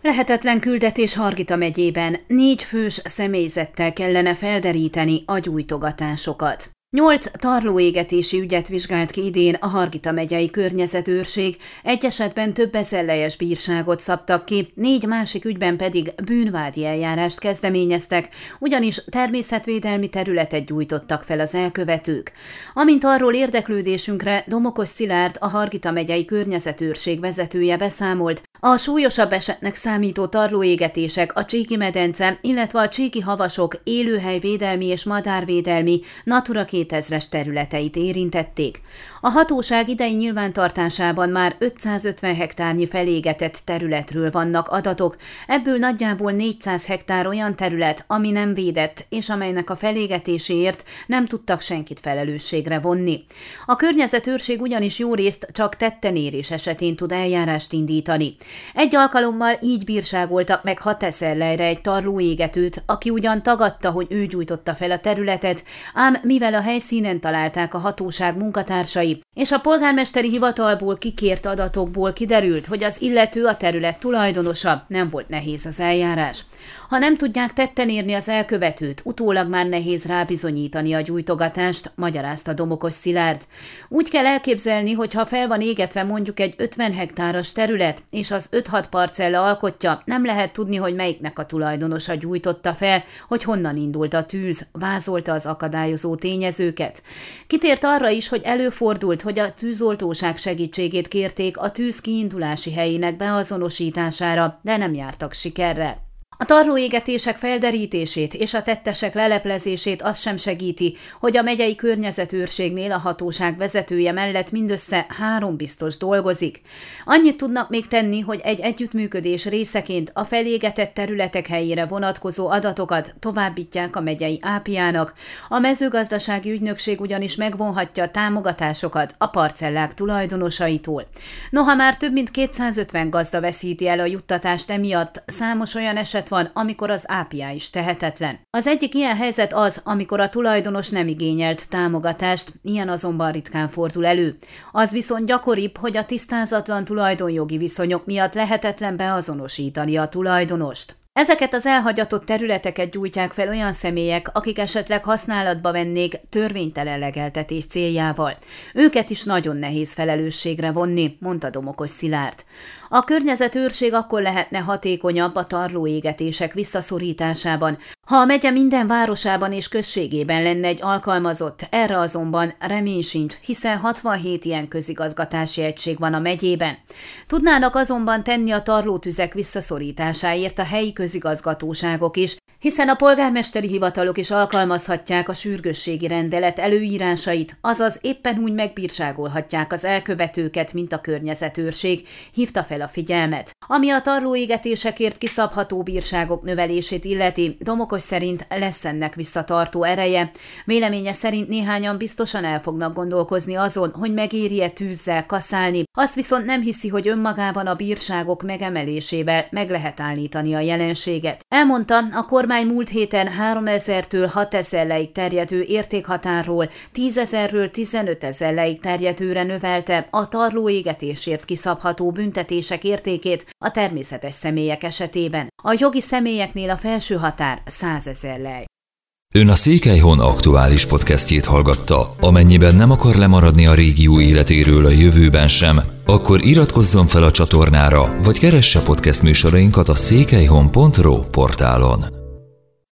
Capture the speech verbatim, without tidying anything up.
Lehetetlen küldetés Hargita megyében, négy fős személyzettel kellene felderíteni a gyújtogatásokat. Nyolc tarlóégetési ügyet vizsgált ki idén a Hargita megyei környezetőrség, egy esetben több ezellyes bírságot szabtak ki, négy másik ügyben pedig bűnvádi eljárást kezdeményeztek, ugyanis természetvédelmi területet gyújtottak fel az elkövetők. Amint arról érdeklődésünkre Domokos Szilárd, a Hargita megyei környezetőrség vezetője beszámolt, a súlyosabb esetnek számító tarlóégetések a Csíki-medence, illetve a Csíki-havasok élőhelyvédelmi és madárvédelmi Natura kétezres területeit érintették. A hatóság idei nyilvántartásában már ötszázötven hektárnyi felégetett területről vannak adatok, ebből nagyjából négyszáz hektár olyan terület, ami nem védett, és amelynek a felégetéséért nem tudtak senkit felelősségre vonni. A környezetőrség ugyanis jó részt csak tettenérés esetén tud eljárást indítani. Egy alkalommal így bírságoltak meg hat eszerlejre egy tarlóégetőt, aki ugyan tagadta, hogy ő gyújtotta fel a területet, ám mivel a helyszínen találták a hatóság munkatársai, és a polgármesteri hivatalból kikért adatokból kiderült, hogy az illető a terület tulajdonosa, nem volt nehéz az eljárás. Ha nem tudják tetten érni az elkövetőt, utólag már nehéz rábizonyítani a gyújtogatást, magyarázta Domokos Szilárd. Úgy kell elképzelni, hogy ha fel van égetve mondjuk egy ötven hektáros terület, és az öt-hat parcella alkotja, nem lehet tudni, hogy melyiknek a tulajdonosa gyújtotta fel, hogy honnan indult a tűz, vázolta az akadályozó tényezőket. Kitért arra is, hogy előfordult, hogy a tűzoltóság segítségét kérték a tűz kiindulási helyének beazonosítására, de nem jártak sikerrel. A tarlóégetések felderítését és a tettesek leleplezését az sem segíti, hogy a megyei környezetőrségnél a hatóság vezetője mellett mindössze három biztos dolgozik. Annyit tudnak még tenni, hogy egy együttműködés részeként a felégetett területek helyére vonatkozó adatokat továbbítják a megyei ápiának. A mezőgazdasági ügynökség ugyanis megvonhatja a támogatásokat a parcellák tulajdonosaitól. Noha már több mint kétszázötven gazda veszíti el a juttatást emiatt, számos olyan eset van, amikor az ápiá is tehetetlen. Az egyik ilyen helyzet az, amikor a tulajdonos nem igényelt támogatást, ilyen azonban ritkán fordul elő. Az viszont gyakoribb, hogy a tisztázatlan tulajdonjogi viszonyok miatt lehetetlen beazonosítani a tulajdonost. Ezeket az elhagyatott területeket gyújtják fel olyan személyek, akik esetleg használatba vennék törvénytelen legeltetés céljával. Őket is nagyon nehéz felelősségre vonni, mondta Domokos Szilárd. A környezetőrség akkor lehetne hatékonyabb a tarlóégetések visszaszorításában, ha a megye minden városában és községében lenne egy alkalmazott, erre azonban remény sincs, hiszen hatvanhét ilyen közigazgatási egység van a megyében. Tudnának azonban tenni a tarlótüzek visszaszorításáért a helyi közigazgatóságok is, hiszen a polgármesteri hivatalok is alkalmazhatják a sürgősségi rendelet előírásait, azaz éppen úgy megbírságolhatják az elkövetőket, mint a környezetőrség, hívta fel a figyelmet. Ami a tarlóégetésekért kiszabható bírságok növelését illeti, Domokos szerint lesz ennek visszatartó ereje. Véleménye szerint néhányan biztosan el fognak gondolkozni azon, hogy megéri-e tűzzel kaszálni, azt viszont nem hiszi, hogy önmagában a bírságok megemelésével meg lehet állítani a jelenséget. Elmondta, a kormány múlt héten háromezertől hatezer lejig terjedő értékhatárról tízezerről tizenötezer lejig terjedőre növelte a tarlóégetésért kiszabható büntetések értékét a természetes személyek esetében. A jogi személyeknél a felső határ százezer lej. Ön a Székelyhon aktuális podcastjét hallgatta. Amennyiben nem akar lemaradni a régió életéről a jövőben sem, akkor iratkozzon fel a csatornára, vagy keresse podcast műsorainkat a székelyhon pont ro portálon.